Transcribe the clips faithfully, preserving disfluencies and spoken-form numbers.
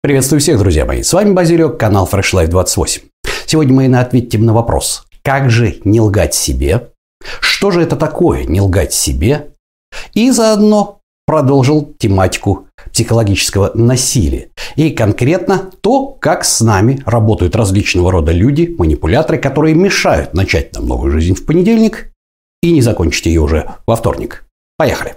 Приветствую всех, друзья мои. С вами Базилио, канал Fresh Life двадцать восемь. Сегодня мы ответим на вопрос, как же не лгать себе, что же это такое не лгать себе, и заодно продолжил тематику психологического насилия. И конкретно то, как с нами работают различного рода люди, манипуляторы, которые мешают начать нам новую жизнь в понедельник и не закончить ее уже во вторник. Поехали!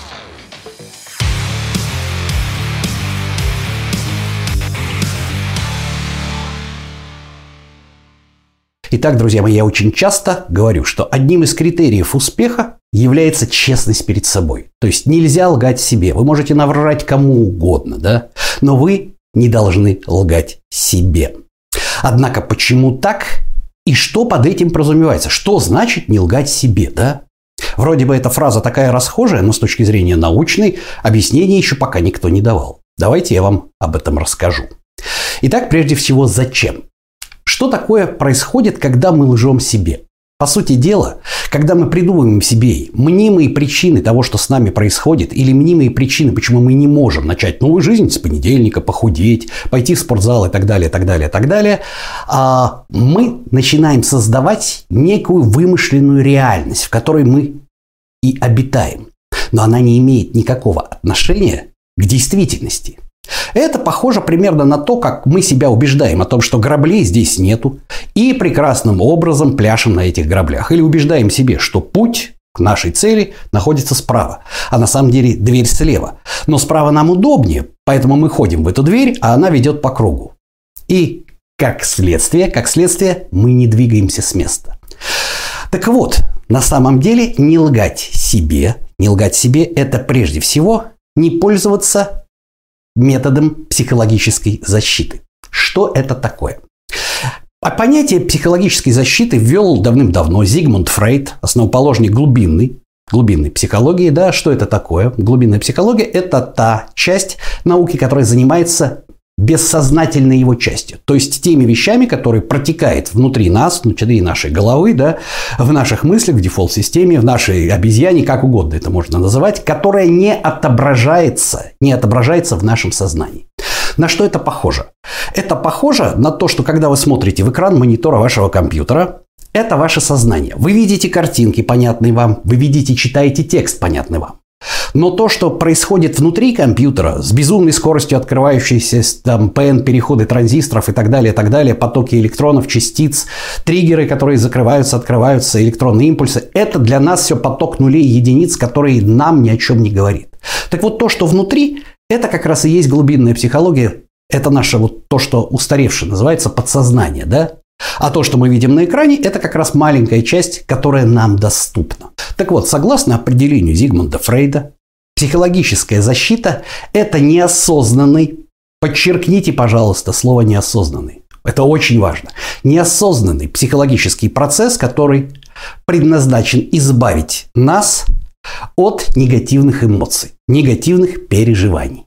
Итак, друзья мои, я очень часто говорю, что одним из критериев успеха является честность перед собой. То есть нельзя лгать себе. Вы можете наврать кому угодно, да? Но вы не должны лгать себе. Однако почему так? И что под этим подразумевается? Что значит не лгать себе, да? Вроде бы эта фраза такая расхожая, но с точки зрения научной объяснения еще пока никто не давал. Давайте я вам об этом расскажу. Итак, прежде всего, зачем? Что такое происходит, когда мы лжем себе? По сути дела, когда мы придумываем себе мнимые причины того, что с нами происходит, или мнимые причины, почему мы не можем начать новую жизнь с понедельника, похудеть, пойти в спортзал и так далее, так далее, так далее, мы начинаем создавать некую вымышленную реальность, в которой мы и обитаем. Но она не имеет никакого отношения к действительности. Это похоже примерно на то, как мы себя убеждаем о том, что граблей здесь нету, и прекрасным образом пляшем на этих граблях. Или убеждаем себе, что путь к нашей цели находится справа, а на самом деле дверь слева. Но справа нам удобнее, поэтому мы ходим в эту дверь, а она ведет по кругу. И как следствие, как следствие, мы не двигаемся с места. Так вот, на самом деле не лгать себе, не лгать себе – это прежде всего не пользоваться методом психологической защиты. Что это такое? Понятие психологической защиты ввел давным-давно Зигмунд Фрейд, основоположник глубинной, глубинной психологии. Да, что это такое? Глубинная психология – это та часть науки, которая занимается бессознательной его частью. То есть теми вещами, которые протекают внутри нас, внутри нашей головы, да, в наших мыслях, в дефолт-системе, в нашей обезьяне, как угодно это можно называть, которая не отображается, не отображается в нашем сознании. На что это похоже? Это похоже на то, что когда вы смотрите в экран монитора вашего компьютера, это ваше сознание. Вы видите картинки, понятные вам, вы видите, читаете текст, понятный вам. Но то, что происходит внутри компьютера, с безумной скоростью открывающиеся там пэ эн-переходы транзисторов и так далее, и так далее, потоки электронов, частиц, триггеры, которые закрываются, открываются, электронные импульсы, это для нас все поток нулей и единиц, который нам ни о чем не говорит. Так вот, то, что внутри, это как раз и есть глубинная психология, это наше вот то, что устаревшее называется подсознание, да? А то, что мы видим на экране, это как раз маленькая часть, которая нам доступна. Так вот, согласно определению Зигмунда Фрейда, психологическая защита – это неосознанный, подчеркните, пожалуйста, слово «неосознанный». Это очень важно. Неосознанный психологический процесс, который предназначен избавить нас от негативных эмоций, негативных переживаний.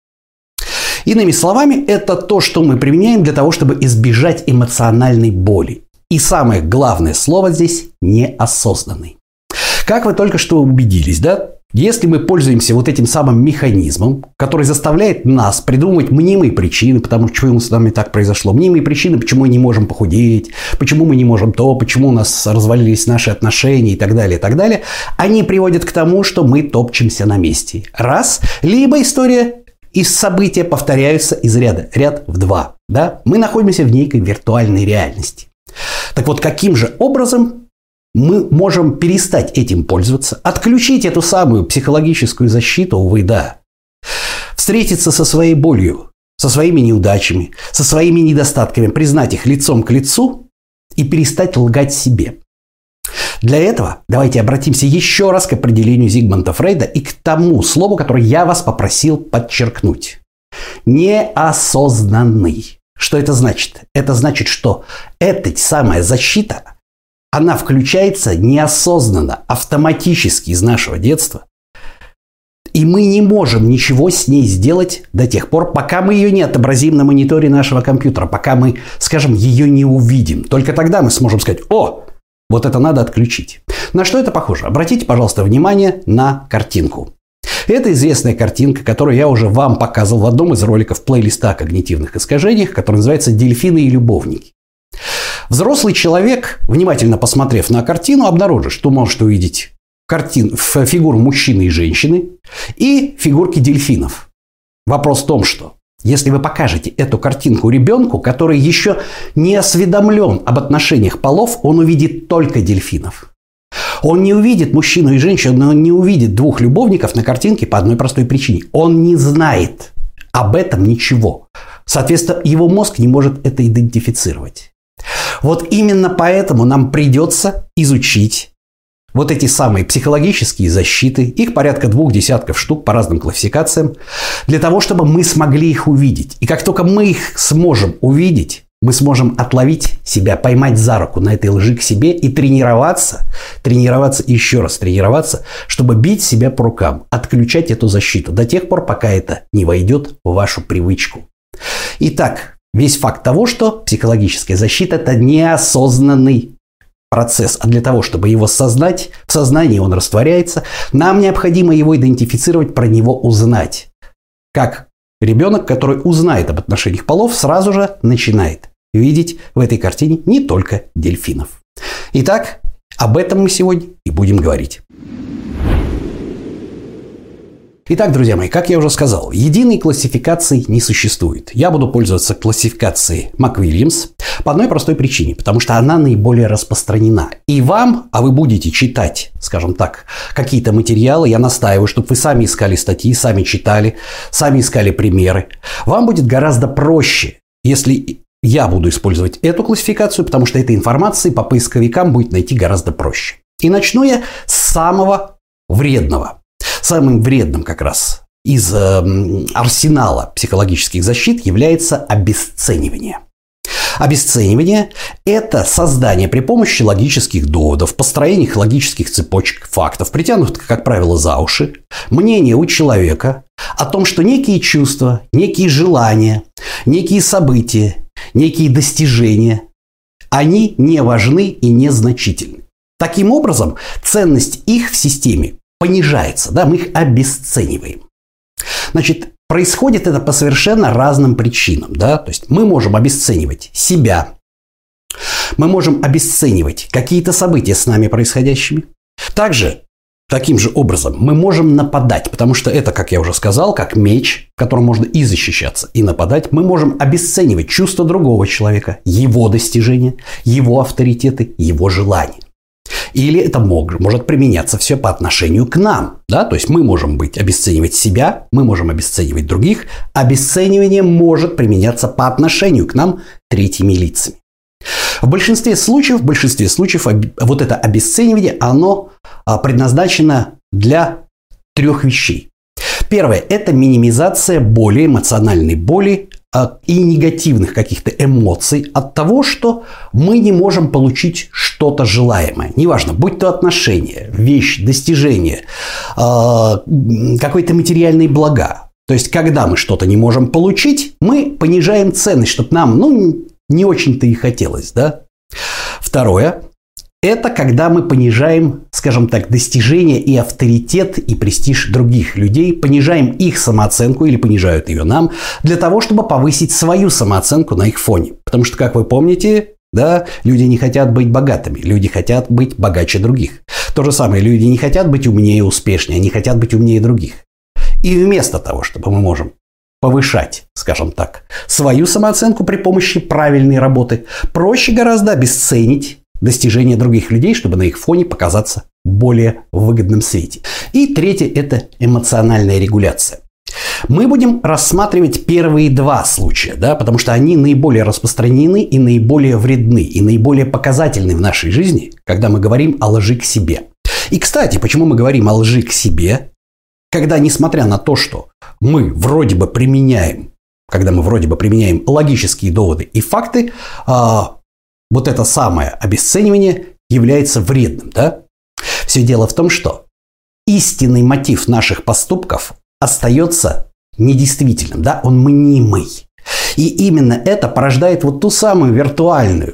Иными словами, это то, что мы применяем для того, чтобы избежать эмоциональной боли. И самое главное слово здесь – неосознанный. Как вы только что убедились, да? Если мы пользуемся вот этим самым механизмом, который заставляет нас придумывать мнимые причины, потому что почему с нами так произошло, мнимые причины, почему мы не можем похудеть, почему мы не можем то, почему у нас развалились наши отношения и так далее, и так далее, они приводят к тому, что мы топчемся на месте. Раз. Либо история и события повторяются из ряда, ряд в два. Да? Мы находимся в некой виртуальной реальности. Так вот, каким же образом мы можем перестать этим пользоваться, отключить эту самую психологическую защиту, увы, да, встретиться со своей болью, со своими неудачами, со своими недостатками, признать их лицом к лицу и перестать лгать себе. Для этого давайте обратимся еще раз к определению Зигмунда Фрейда и к тому слову, которое я вас попросил подчеркнуть. Неосознанный. Что это значит? Это значит, что эта самая защита, она включается неосознанно, автоматически из нашего детства. И мы не можем ничего с ней сделать до тех пор, пока мы ее не отобразим на мониторе нашего компьютера, пока мы, скажем, ее не увидим. Только тогда мы сможем сказать: «О, вот это надо отключить». На что это похоже? Обратите, пожалуйста, внимание на картинку. Это известная картинка, которую я уже вам показывал в одном из роликов плейлиста о когнитивных искажениях, который называется «Дельфины и любовники». Взрослый человек, внимательно посмотрев на картину, обнаружит, что может увидеть картин, фигуру мужчины и женщины и фигурки дельфинов. Вопрос в том, что если вы покажете эту картинку ребенку, который еще не осведомлен об отношениях полов, он увидит только дельфинов. Он не увидит мужчину и женщину, но он не увидит двух любовников на картинке по одной простой причине. Он не знает об этом ничего. Соответственно, его мозг не может это идентифицировать. Вот именно поэтому нам придется изучить вот эти самые психологические защиты, их порядка двух десятков штук по разным классификациям, для того, чтобы мы смогли их увидеть. И как только мы их сможем увидеть, мы сможем отловить себя, поймать за руку на этой лжи к себе и тренироваться, тренироваться и еще раз тренироваться, чтобы бить себя по рукам, отключать эту защиту до тех пор, пока это не войдет в вашу привычку. Итак, весь факт того, что психологическая защита – это неосознанный процесс, а для того, чтобы его сознать, в сознании он растворяется, нам необходимо его идентифицировать, про него узнать. Как ребенок, который узнает об отношениях полов, сразу же начинает видеть в этой картине не только дельфинов. Итак, об этом мы сегодня и будем говорить. Итак, друзья мои, как я уже сказал, единой классификации не существует. Я буду пользоваться классификацией МакВильямс по одной простой причине, потому что она наиболее распространена. И вам, а вы будете читать, скажем так, какие-то материалы, я настаиваю, чтобы вы сами искали статьи, сами читали, сами искали примеры. Вам будет гораздо проще, если я буду использовать эту классификацию, потому что этой информации по поисковикам будет найти гораздо проще. И начну я с самого вредного. Самым вредным как раз из э, арсенала психологических защит является обесценивание. Обесценивание – это создание при помощи логических доводов, построения логических цепочек фактов, притянутых, как правило, за уши, мнение у человека о том, что некие чувства, некие желания, некие события, некие достижения, они не важны и незначительны. Таким образом, ценность их в системе понижается, да, мы их обесцениваем. Значит, происходит это по совершенно разным причинам, да, то есть мы можем обесценивать себя, мы можем обесценивать какие-то события с нами происходящими. Также, таким же образом, мы можем нападать, потому что это, как я уже сказал, как меч, которым можно и защищаться, и нападать. Мы можем обесценивать чувства другого человека, его достижения, его авторитеты, его желания. Или это мог, может применяться все по отношению к нам. Да? То есть мы можем быть, обесценивать себя, мы можем обесценивать других. Обесценивание может применяться по отношению к нам третьими лицами. В большинстве случаев, в большинстве случаев вот это обесценивание, оно предназначено для трех вещей. Первое – это минимизация боли, эмоциональной боли и негативных каких-то эмоций от того, что мы не можем получить что-то желаемое. Неважно, будь то отношения, вещь, достижение, какие-то материальные блага. То есть, когда мы что-то не можем получить, мы понижаем ценность, чтобы нам, ну, не очень-то и хотелось, да? Второе – это когда мы понижаем, скажем так, достижения и авторитет, и престиж других людей, понижаем их самооценку или понижают ее нам, для того, чтобы повысить свою самооценку на их фоне. Потому что, как вы помните, да, люди не хотят быть богатыми, люди хотят быть богаче других. То же самое, люди не хотят быть умнее и успешнее, они хотят быть умнее других. И вместо того, чтобы мы можем повышать, скажем так, свою самооценку при помощи правильной работы, проще гораздо обесценить достижения других людей, чтобы на их фоне показаться более выгодном свете. И третье – это эмоциональная регуляция. Мы будем рассматривать первые два случая, да, потому что они наиболее распространены и наиболее вредны, и наиболее показательны в нашей жизни, когда мы говорим о лжи к себе. И, кстати, почему мы говорим о лжи к себе, когда, несмотря на то, что мы вроде бы применяем, когда мы вроде бы применяем логические доводы и факты, а, вот это самое обесценивание является вредным, да? Все дело в том, что истинный мотив наших поступков остается недействительным, да? Он мнимый. И именно это порождает вот ту самую виртуальную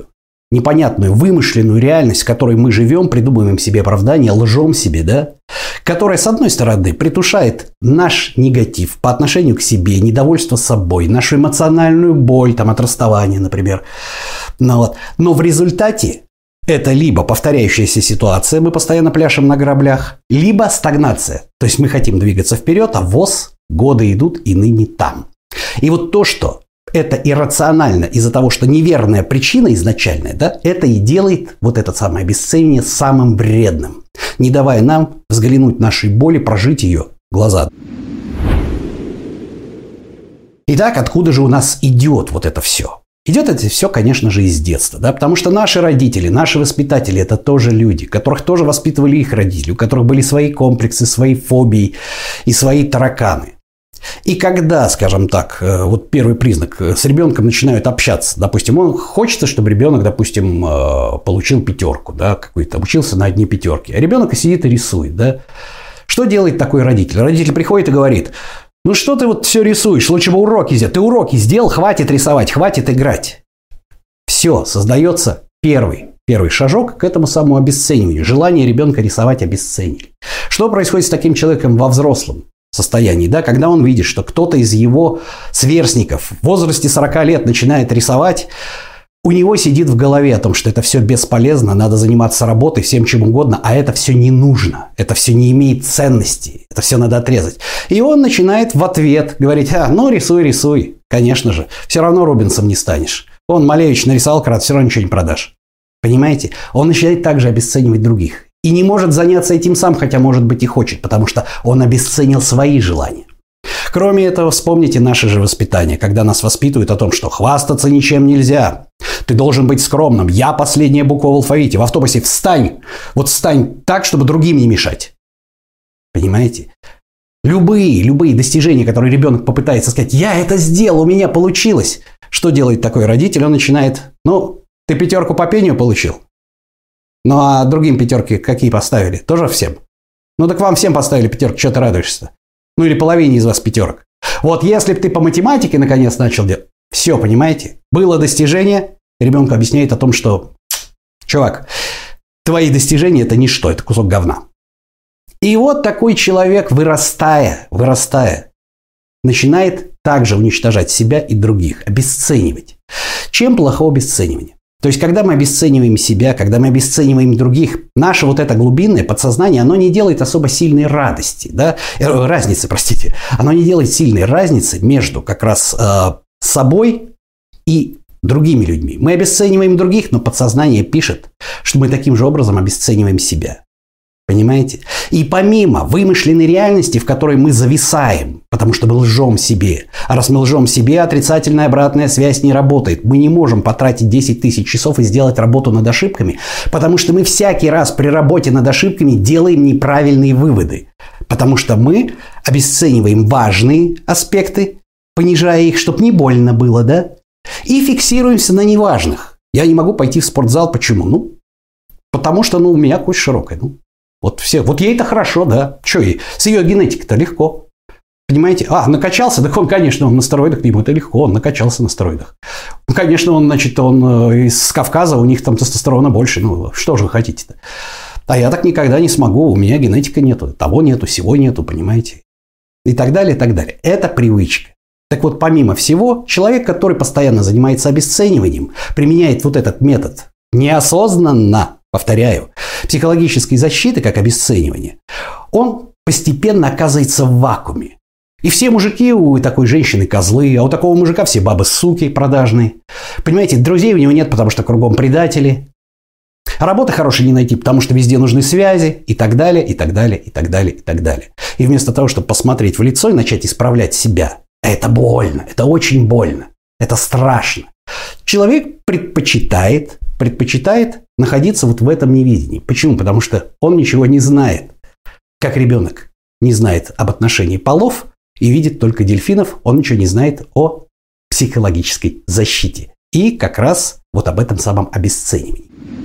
непонятную, вымышленную реальность, в которой мы живем, придумываем себе оправдания, лжем себе, да, которая, с одной стороны, притушает наш негатив по отношению к себе, недовольство собой, нашу эмоциональную боль там, от расставания, например. Ну, вот. Но в результате это либо повторяющаяся ситуация, мы постоянно пляшем на граблях, либо стагнация. То есть мы хотим двигаться вперед, а воз, годы идут и ныне там. И вот то, что это иррационально из-за того, что неверная причина изначальная, да, это и делает вот это самое обесценивание самым вредным, не давая нам взглянуть нашей боли, прожить ее глаза. Итак, откуда же у нас идет вот это все? Идет это все, конечно же, из детства, да, потому что наши родители, наши воспитатели – это тоже люди, которых тоже воспитывали их родители, у которых были свои комплексы, свои фобии и свои тараканы. И когда, скажем так, вот первый признак, с ребенком начинают общаться, допустим, он хочется, чтобы ребенок, допустим, получил пятерку, да, какой-то, учился на одни пятерки, а ребенок сидит и рисует, да. Что делает такой родитель? Родитель приходит и говорит: ну что ты вот все рисуешь, лучше бы уроки сделать. Ты уроки сделал, хватит рисовать, хватит играть. Все, создается первый, первый шажок к этому самому обесцениванию. Желание ребенка рисовать обесценили. Что происходит с таким человеком во взрослом состоянии, да, когда он видит, что кто-то из его сверстников в возрасте сорока лет начинает рисовать, у него сидит в голове о том, что это все бесполезно, надо заниматься работой, всем чем угодно, а это все не нужно, это все не имеет ценности, это все надо отрезать. И он начинает в ответ говорить: а, ну рисуй, рисуй, конечно же, все равно Рубинсом не станешь. Он Малевич нарисовал крат, все равно ничего не продашь. Понимаете? Он начинает также обесценивать других. И не может заняться этим сам, хотя, может быть, и хочет, потому что он обесценил свои желания. Кроме этого, вспомните наше же воспитание, когда нас воспитывают о том, что хвастаться ничем нельзя. Ты должен быть скромным. Я последняя буква в алфавите. В автобусе встань. Вот встань так, чтобы другим не мешать. Понимаете? Любые, любые достижения, которые ребенок попытается сказать: я это сделал, у меня получилось. Что делает такой родитель? Он начинает: ну, ты пятерку по пению получил? Ну, а другим пятерки какие поставили? Тоже всем? Ну, так вам всем поставили пятерку, что ты радуешься? Ну, или половине из вас пятерок. Вот если бы ты по математике наконец начал делать, все, понимаете? Было достижение, ребенку объясняет о том, что, чувак, твои достижения – это ничто, это кусок говна. И вот такой человек, вырастая, вырастая, начинает также уничтожать себя и других, обесценивать. Чем плохо обесценивание? То есть, когда мы обесцениваем себя, когда мы обесцениваем других, наше вот это глубинное подсознание, оно не делает особо сильной радости, да, э, разницы, простите, оно не делает сильной разницы между как раз э, собой и другими людьми. Мы обесцениваем других, но подсознание пишет, что мы таким же образом обесцениваем себя. Понимаете? И помимо вымышленной реальности, в которой мы зависаем, потому что мы лжем себе, а раз мы лжем себе, отрицательная обратная связь не работает. Мы не можем потратить десять тысяч часов и сделать работу над ошибками, потому что мы всякий раз при работе над ошибками делаем неправильные выводы. Потому что мы обесцениваем важные аспекты, понижая их, чтобы не больно было, да? И фиксируемся на неважных. Я не могу пойти в спортзал. Почему? Ну, потому что ну, у меня кость широкая. Ну, Вот, все, вот ей-то хорошо, да. Что ей? С ее генетикой-то легко. Понимаете? А, накачался? Так он, конечно, он на стероидах, ему это легко, он накачался на стероидах. Ну, конечно, он, значит, он из Кавказа, у них там тестостерона больше. Ну, что же вы хотите-то? А я так никогда не смогу, у меня генетика нету, того нету, сего нету, понимаете? И так далее, и так далее. Это привычка. Так вот, помимо всего, человек, который постоянно занимается обесцениванием, применяет вот этот метод неосознанно, повторяю, психологической защиты, как обесценивание, он постепенно оказывается в вакууме. И все мужики у такой женщины козлы, а у такого мужика все бабы суки продажные. Понимаете, друзей у него нет, потому что кругом предатели. А работы хорошей не найти, потому что везде нужны связи и так далее, и так далее, и так далее, и так далее. И вместо того, чтобы посмотреть в лицо и начать исправлять себя, это больно, это очень больно, это страшно. Человек предпочитает, предпочитает находиться вот в этом невидении. Почему? Потому что он ничего не знает. Как ребенок не знает об отношении полов и видит только дельфинов, он ничего не знает о психологической защите. И как раз вот об этом самом обесценивании.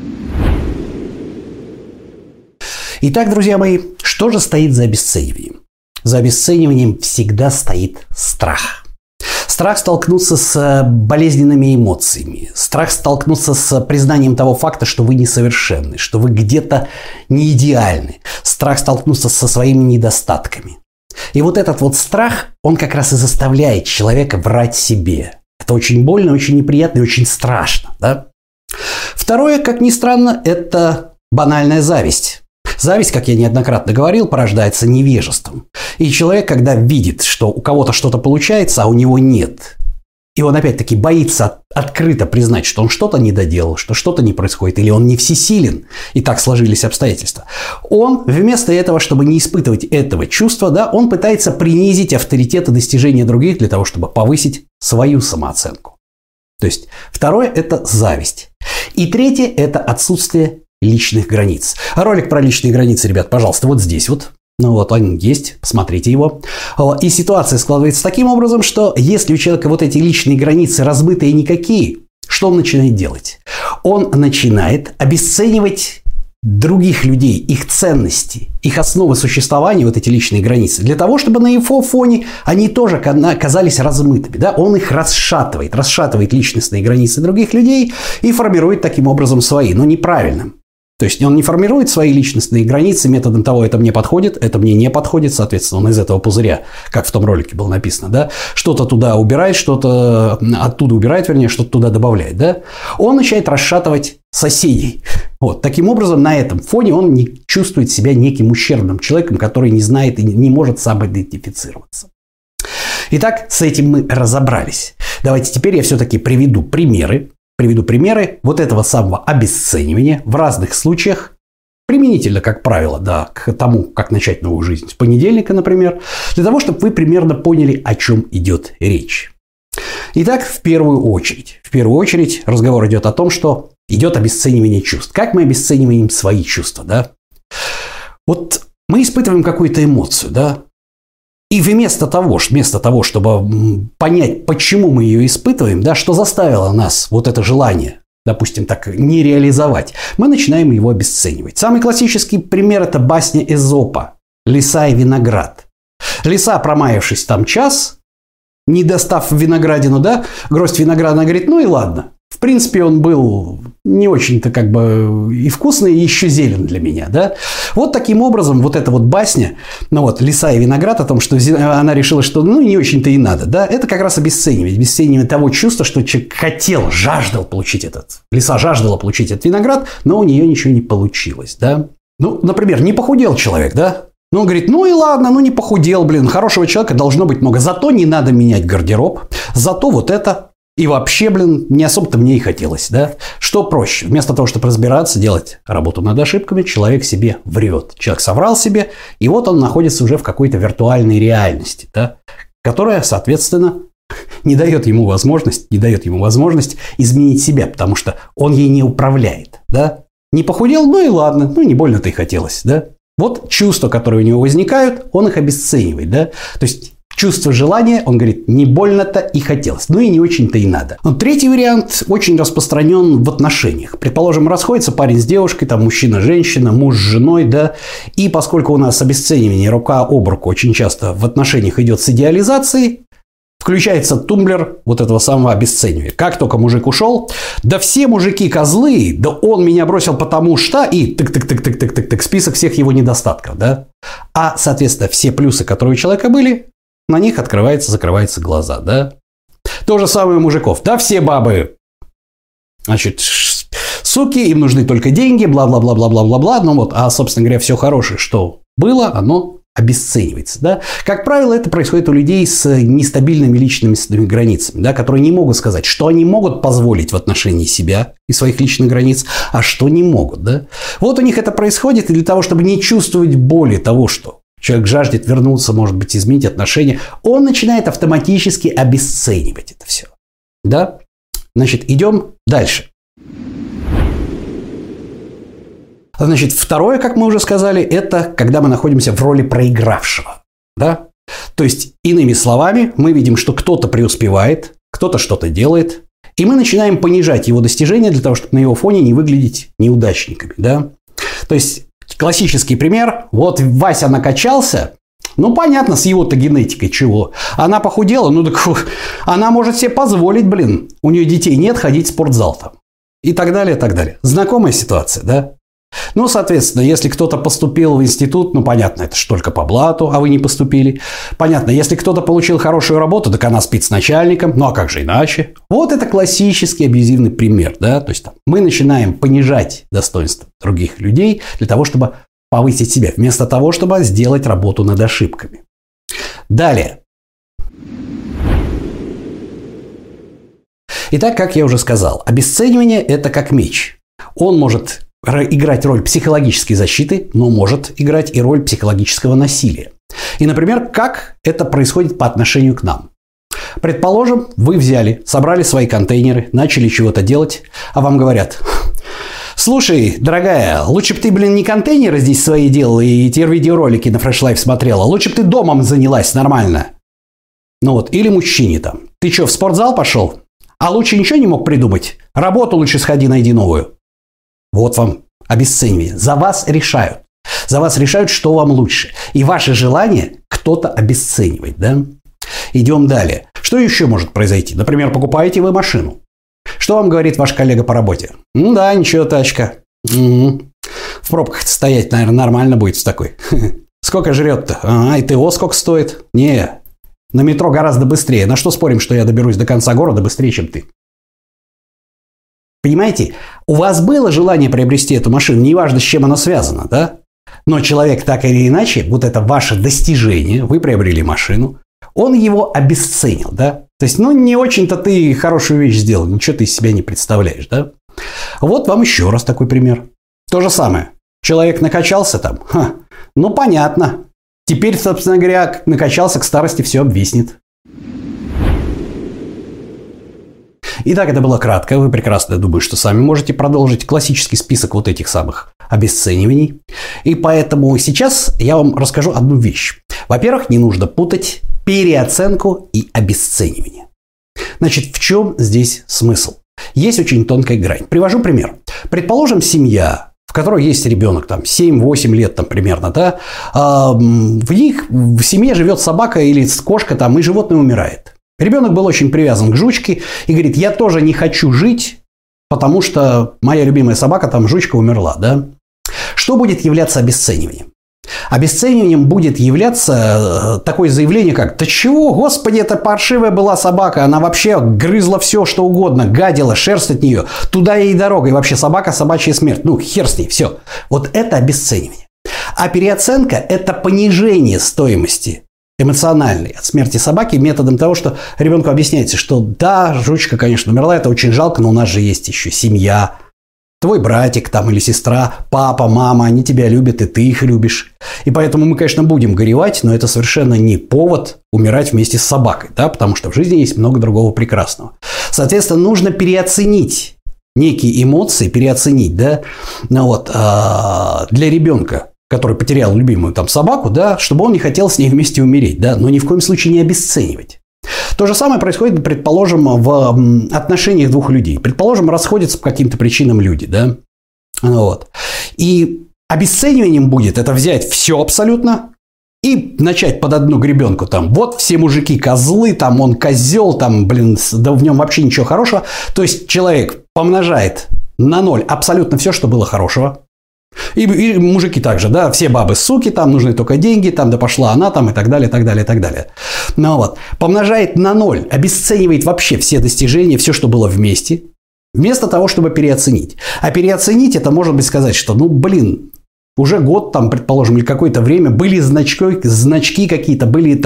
Итак, друзья мои, что же стоит за обесцениванием? За обесцениванием всегда стоит страх. Страх столкнуться с болезненными эмоциями. Страх столкнуться с признанием того факта, что вы несовершенны, что вы где-то не идеальны. Страх столкнуться со своими недостатками. И вот этот вот страх, он как раз и заставляет человека врать себе. Это очень больно, очень неприятно и очень страшно. Да? Второе, как ни странно, это банальная зависть. Зависть, как я неоднократно говорил, порождается невежеством. И человек, когда видит, что у кого-то что-то получается, а у него нет, и он опять-таки боится открыто признать, что он что-то не доделал, что что-то не происходит, или он не всесилен, и так сложились обстоятельства, он вместо этого, чтобы не испытывать этого чувства, да, он пытается принизить авторитет и достижения других для того, чтобы повысить свою самооценку. То есть второе – это зависть. И третье – это отсутствие личных границ. Ролик про личные границы, ребят, пожалуйста, вот здесь вот. Ну вот он есть, посмотрите его. И ситуация складывается таким образом, что если у человека вот эти личные границы размытые никакие, что он начинает делать? Он начинает обесценивать других людей, их ценности, их основы существования, вот эти личные границы, для того, чтобы на его фоне они тоже оказались размытыми. Да? Он их расшатывает, расшатывает личностные границы других людей и формирует таким образом свои, но неправильно. То есть он не формирует свои личностные границы методом того, это мне подходит, это мне не подходит, соответственно, он из этого пузыря, как в том ролике было написано, да, что-то туда убирает, что-то оттуда убирает, вернее, что-то туда добавляет, да, он начинает расшатывать соседей. Вот. Таким образом, на этом фоне он не чувствует себя неким ущербным человеком, который не знает и не может самоидентифицироваться. Итак, с этим мы разобрались. Давайте теперь я все-таки приведу примеры. Приведу примеры вот этого самого обесценивания в разных случаях, применительно, как правило, да, к тому, как начать новую жизнь с понедельника, например, для того, чтобы вы примерно поняли, о чем идет речь. Итак, в первую очередь, в первую очередь разговор идет о том, что идет обесценивание чувств. Как мы обесцениваем свои чувства, да? Вот мы испытываем какую-то эмоцию, да? И вместо того, вместо того, чтобы понять, почему мы ее испытываем, да, что заставило нас вот это желание, допустим, так не реализовать, мы начинаем его обесценивать. Самый классический пример – это басня Эзопа «Лиса и виноград». Лиса, промаявшись там час, не достав виноградину, да, гроздь винограда, она говорит, ну и ладно. В принципе, он был не очень-то как бы и вкусный, и еще зелен для меня, да. Вот таким образом вот эта вот басня, ну вот, «Лиса и виноград», о том, что она решила, что ну не очень-то и надо, да, это как раз обесценивание, обесценивание того чувства, что человек хотел, жаждал получить этот, лиса жаждала получить этот виноград, но у нее ничего не получилось, да. Ну, например, не похудел человек, да. Ну, он говорит, ну и ладно, ну не похудел, блин, хорошего человека должно быть много, зато не надо менять гардероб, зато вот это... И вообще, блин, не особо-то мне и хотелось, да? Что проще? Вместо того, чтобы разбираться, делать работу над ошибками, человек себе врет. Человек соврал себе, и вот он находится уже в какой-то виртуальной реальности, да? Которая, соответственно, не дает ему возможность, не дает ему возможность изменить себя, потому что он ей не управляет, да? Не похудел, ну и ладно, ну не больно-то и хотелось, да? Вот чувства, которые у него возникают, он их обесценивает, да? То есть... Чувство желания, он говорит, не больно-то и хотелось. Ну и не очень-то и надо. Но третий вариант очень распространен в отношениях. Предположим, расходится парень с девушкой, там мужчина-женщина, муж с женой, да. И поскольку у нас обесценивание рука об руку очень часто в отношениях идет с идеализацией, включается тумблер вот этого самого обесценивания. Как только мужик ушел, да все мужики козлы, да он меня бросил потому что, и тык-тык-тык-тык-тык-тык, список всех его недостатков, да. А, соответственно, все плюсы, которые у человека были, на них открываются, закрываются глаза, да? То же самое у мужиков. Да, все бабы, значит, суки, им нужны только деньги, бла-бла-бла-бла-бла-бла-бла. Ну вот, а, собственно говоря, все хорошее, что было, оно обесценивается, да? Как правило, это происходит у людей с нестабильными личными границами, да, которые не могут сказать, что они могут позволить в отношении себя и своих личных границ, а что не могут, да? Вот у них это происходит, и для того, чтобы не чувствовать боли того, что человек жаждет вернуться, может быть, изменить отношения, он начинает автоматически обесценивать это все. Да? Значит, идем дальше. Значит, второе, как мы уже сказали, это когда мы находимся в роли проигравшего. Да? То есть, иными словами, мы видим, что кто-то преуспевает, кто-то что-то делает, и мы начинаем понижать его достижения для того, чтобы на его фоне не выглядеть неудачниками. Да? То есть, классический пример. Вот Вася накачался, Ну, понятно, с его-то генетикой чего. Она похудела, ну так она может себе позволить, блин. У нее детей нет, ходить в спортзал там. И так далее, и так далее. Знакомая ситуация, да? Ну, соответственно, если кто-то поступил в институт, ну, понятно, это ж только по блату, а вы не поступили. Понятно, если кто-то получил хорошую работу, так она спит с начальником. Ну, а как же иначе? Вот это классический абьюзивный пример, да? То есть там, мы начинаем понижать достоинство других людей для того, чтобы повысить себя, вместо того, чтобы сделать работу над ошибками. Далее. Итак, как я уже сказал, обесценивание – это как меч. Он может играть роль психологической защиты, но может играть и роль психологического насилия. И, например, как это происходит по отношению к нам. Предположим, вы взяли, собрали свои контейнеры, начали чего-то делать, а вам говорят: слушай, дорогая, лучше бы ты, блин, не контейнеры здесь свои делала и те видеоролики на Fresh Life смотрела, лучше бы ты домом занялась нормально. Ну вот, или мужчине там: ты что, в спортзал пошел? А лучше ничего не мог придумать? Работу лучше сходи, найди новую. Вот вам обесценивание. За вас решают. За вас решают, что вам лучше. И ваше желание кто-то обесценивает, да? Идем далее. Что еще может произойти? Например, покупаете вы машину. Что вам говорит ваш коллега по работе? Ну да, ничего, тачка. Угу. В пробках стоять, наверное, нормально будет в такой. Сколько жрет-то? А, и ТО сколько стоит? Не, на метро гораздо быстрее. На что спорим, что я доберусь до конца города быстрее, чем ты? Понимаете, у вас было желание приобрести эту машину, неважно, с чем она связана, да? Но человек так или иначе, вот это ваше достижение, вы приобрели машину, он его обесценил, да? То есть, ну, не очень-то ты хорошую вещь сделал, ничего ты из себя не представляешь, да? Вот вам еще раз такой пример. То же самое. Человек накачался там, ха, ну, понятно. Теперь, собственно говоря, накачался, к старости все обвиснет. Итак, это было кратко. Вы прекрасно, я думаю, что сами можете продолжить классический список вот этих самых обесцениваний. И поэтому сейчас я вам расскажу одну вещь. Во-первых, не нужно путать переоценку и обесценивание. Значит, в чем здесь смысл? Есть очень тонкая грань. Привожу пример. Предположим, семья, в которой есть ребенок, там, семь-восемь лет, там, примерно, да, в них в семье живет собака или кошка, там, и животное умирает. Ребенок был очень привязан к жучке и говорит: я тоже не хочу жить, потому что моя любимая собака, там, жучка, умерла, да? Что будет являться обесцениванием? Обесцениванием будет являться такое заявление, как: да чего, господи, это паршивая была собака, она вообще грызла все, что угодно, гадила, шерсть от нее, туда ей дорога, и вообще собака, собачья смерть, ну, хер с ней, все. Вот это обесценивание. А переоценка – это понижение стоимости эмоциональной от смерти собаки методом того, что ребенку объясняется, что да, жучка, конечно, умерла, это очень жалко, но у нас же есть еще семья, твой братик там или сестра, папа, мама, они тебя любят, и ты их любишь. И поэтому мы, конечно, будем горевать, но это совершенно не повод умирать вместе с собакой, да, потому что в жизни есть много другого прекрасного. Соответственно, нужно переоценить некие эмоции, переоценить, да, ну вот, для ребенка, который потерял любимую там собаку, да, чтобы он не хотел с ней вместе умереть, да, но ни в коем случае не обесценивать. То же самое происходит, предположим, в отношениях двух людей. Предположим, расходятся по каким-то причинам люди, да, вот. И обесцениванием будет это взять все абсолютно и начать под одну гребенку там: вот все мужики козлы, там он козел, там, блин, да в нем вообще ничего хорошего. То есть человек помножает на ноль абсолютно все, что было хорошего. И, и мужики также, да, все бабы суки, там нужны только деньги, там да пошла она, там и так далее, и так далее, и так далее. Ну вот, помножает на ноль, обесценивает вообще все достижения, все, что было вместе, вместо того, чтобы переоценить. А переоценить — это может быть сказать, что, ну, блин, уже год, там, предположим, или какое-то время были значки, значки какие-то, были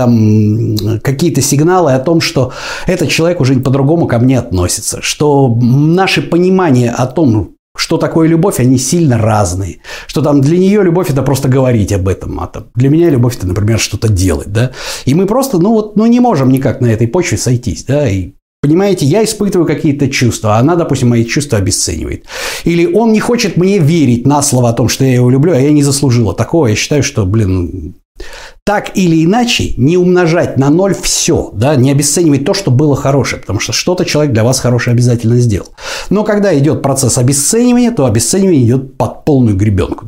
там какие-то сигналы о том, что этот человек уже по-другому ко мне относится, что наше понимание о том, что такое любовь, они сильно разные. Что там для нее любовь — это просто говорить об этом. А там для меня любовь — это, например, что-то делать, да. И мы просто, ну вот, ну не можем никак на этой почве сойтись, да. И, понимаете, я испытываю какие-то чувства, а она, допустим, мои чувства обесценивает. Или он не хочет мне верить на слово о том, что я его люблю, а я не заслужила такого. Я считаю, что, блин, так или иначе не умножать на ноль все, да, не обесценивать то, что было хорошее, потому что что-то человек для вас хорошее обязательно сделал. Но когда идет процесс обесценивания, то обесценивание идет под полную гребенку, да.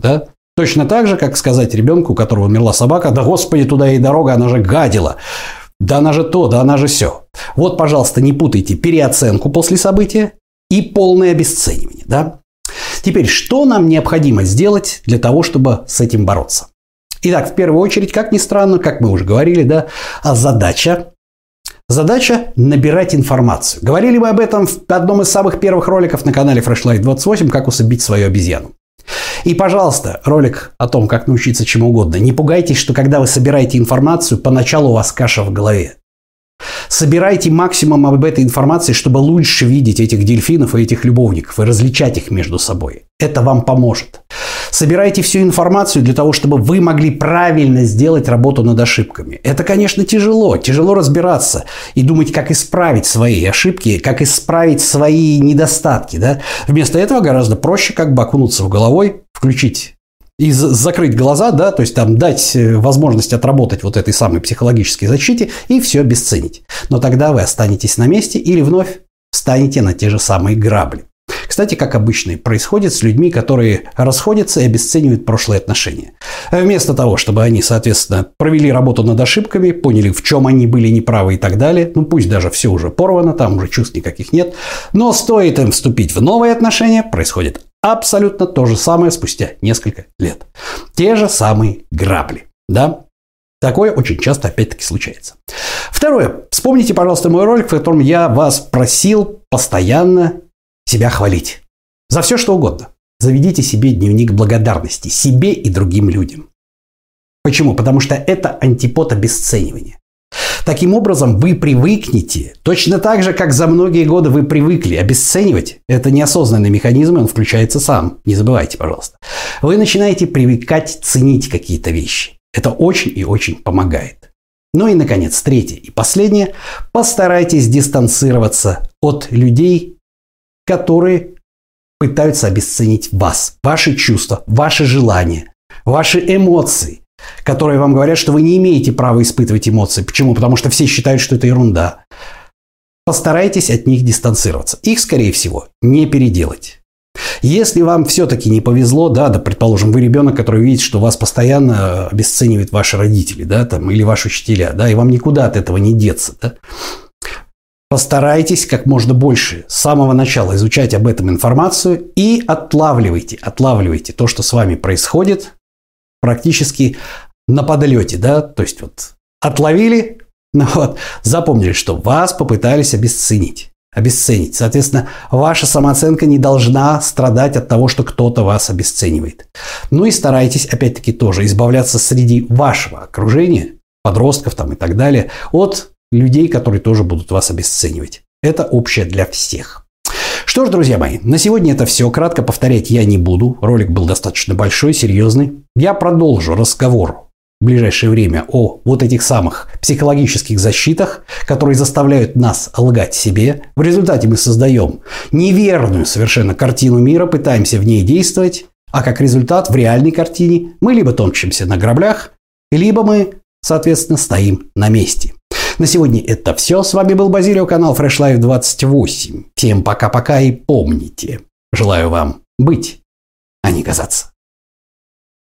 Точно так же, как сказать ребенку, у которого умерла собака: да господи, туда ей дорога, она же гадила. Да она же то, да она же сё. Вот, пожалуйста, не путайте переоценку после события и полное обесценивание. Да? Теперь, что нам необходимо сделать для того, чтобы с этим бороться? Итак, в первую очередь, как ни странно, как мы уже говорили, да, а задача Задача – набирать информацию. Говорили мы об этом в одном из самых первых роликов на канале Fresh Life двадцать восемь «Как усыпить свою обезьяну». И, пожалуйста, ролик о том, как научиться чему угодно. Не пугайтесь, что когда вы собираете информацию, поначалу у вас каша в голове. Собирайте максимум об этой информации, чтобы лучше видеть этих дельфинов и этих любовников и различать их между собой. Это вам поможет. Собирайте всю информацию для того, чтобы вы могли правильно сделать работу над ошибками. Это, конечно, тяжело. Тяжело разбираться и думать, как исправить свои ошибки, как исправить свои недостатки. Да? Вместо этого гораздо проще как бы окунуться в головой, включить и закрыть глаза, да, то есть там дать возможность отработать вот этой самой психологической защите и все обесценить. Но тогда вы останетесь на месте или вновь встанете на те же самые грабли. Кстати, как обычно происходит с людьми, которые расходятся и обесценивают прошлые отношения. Вместо того, чтобы они, соответственно, провели работу над ошибками, поняли, в чем они были неправы и так далее, ну пусть даже все уже порвано, там уже чувств никаких нет, но стоит им вступить в новые отношения, происходит абсолютно то же самое спустя несколько лет. Те же самые грабли, да? Такое очень часто опять-таки случается. Второе. Вспомните, пожалуйста, мой ролик, в котором я вас просил постоянно себя хвалить. За все, что угодно. Заведите себе дневник благодарности. Себе и другим людям. Почему? Потому что это антипод обесценивания. Таким образом, вы привыкнете, точно так же, как за многие годы вы привыкли обесценивать. Это неосознанный механизм, и он включается сам. Не забывайте, пожалуйста. Вы начинаете привыкать ценить какие-то вещи. Это очень и очень помогает. Ну и, наконец, третье и последнее. Постарайтесь дистанцироваться от людей, которые пытаются обесценить вас, ваши чувства, ваши желания, ваши эмоции, которые вам говорят, что вы не имеете права испытывать эмоции. Почему? Потому что все считают, что это ерунда. Постарайтесь от них дистанцироваться. Их, скорее всего, не переделать. Если вам все-таки не повезло, да, да, предположим, вы ребенок, который видит, что вас постоянно обесценивают ваши родители, да, там, или ваши учителя, да, и вам никуда от этого не деться, да, постарайтесь как можно больше с самого начала изучать об этом информацию и отлавливайте, отлавливайте то, что с вами происходит, практически на подлете, да, то есть вот отловили, ну вот, запомнили, что вас попытались обесценить, обесценить. Соответственно, ваша самооценка не должна страдать от того, что кто-то вас обесценивает. Ну и старайтесь, опять-таки, тоже избавляться среди вашего окружения, подростков там и так далее, от людей, которые тоже будут вас обесценивать. Это общее для всех. Что ж, друзья мои, на сегодня это все. Кратко повторять я не буду. Ролик был достаточно большой, серьезный. Я продолжу разговор в ближайшее время о вот этих самых психологических защитах, которые заставляют нас лгать себе. В результате мы создаем неверную совершенно картину мира, пытаемся в ней действовать, а как результат в реальной картине мы либо топчемся на граблях, либо мы, соответственно, стоим на месте. На сегодня это все. С вами был Базилио, канал Fresh Life двадцать восемь. Всем пока-пока и помните, желаю вам быть, а не казаться.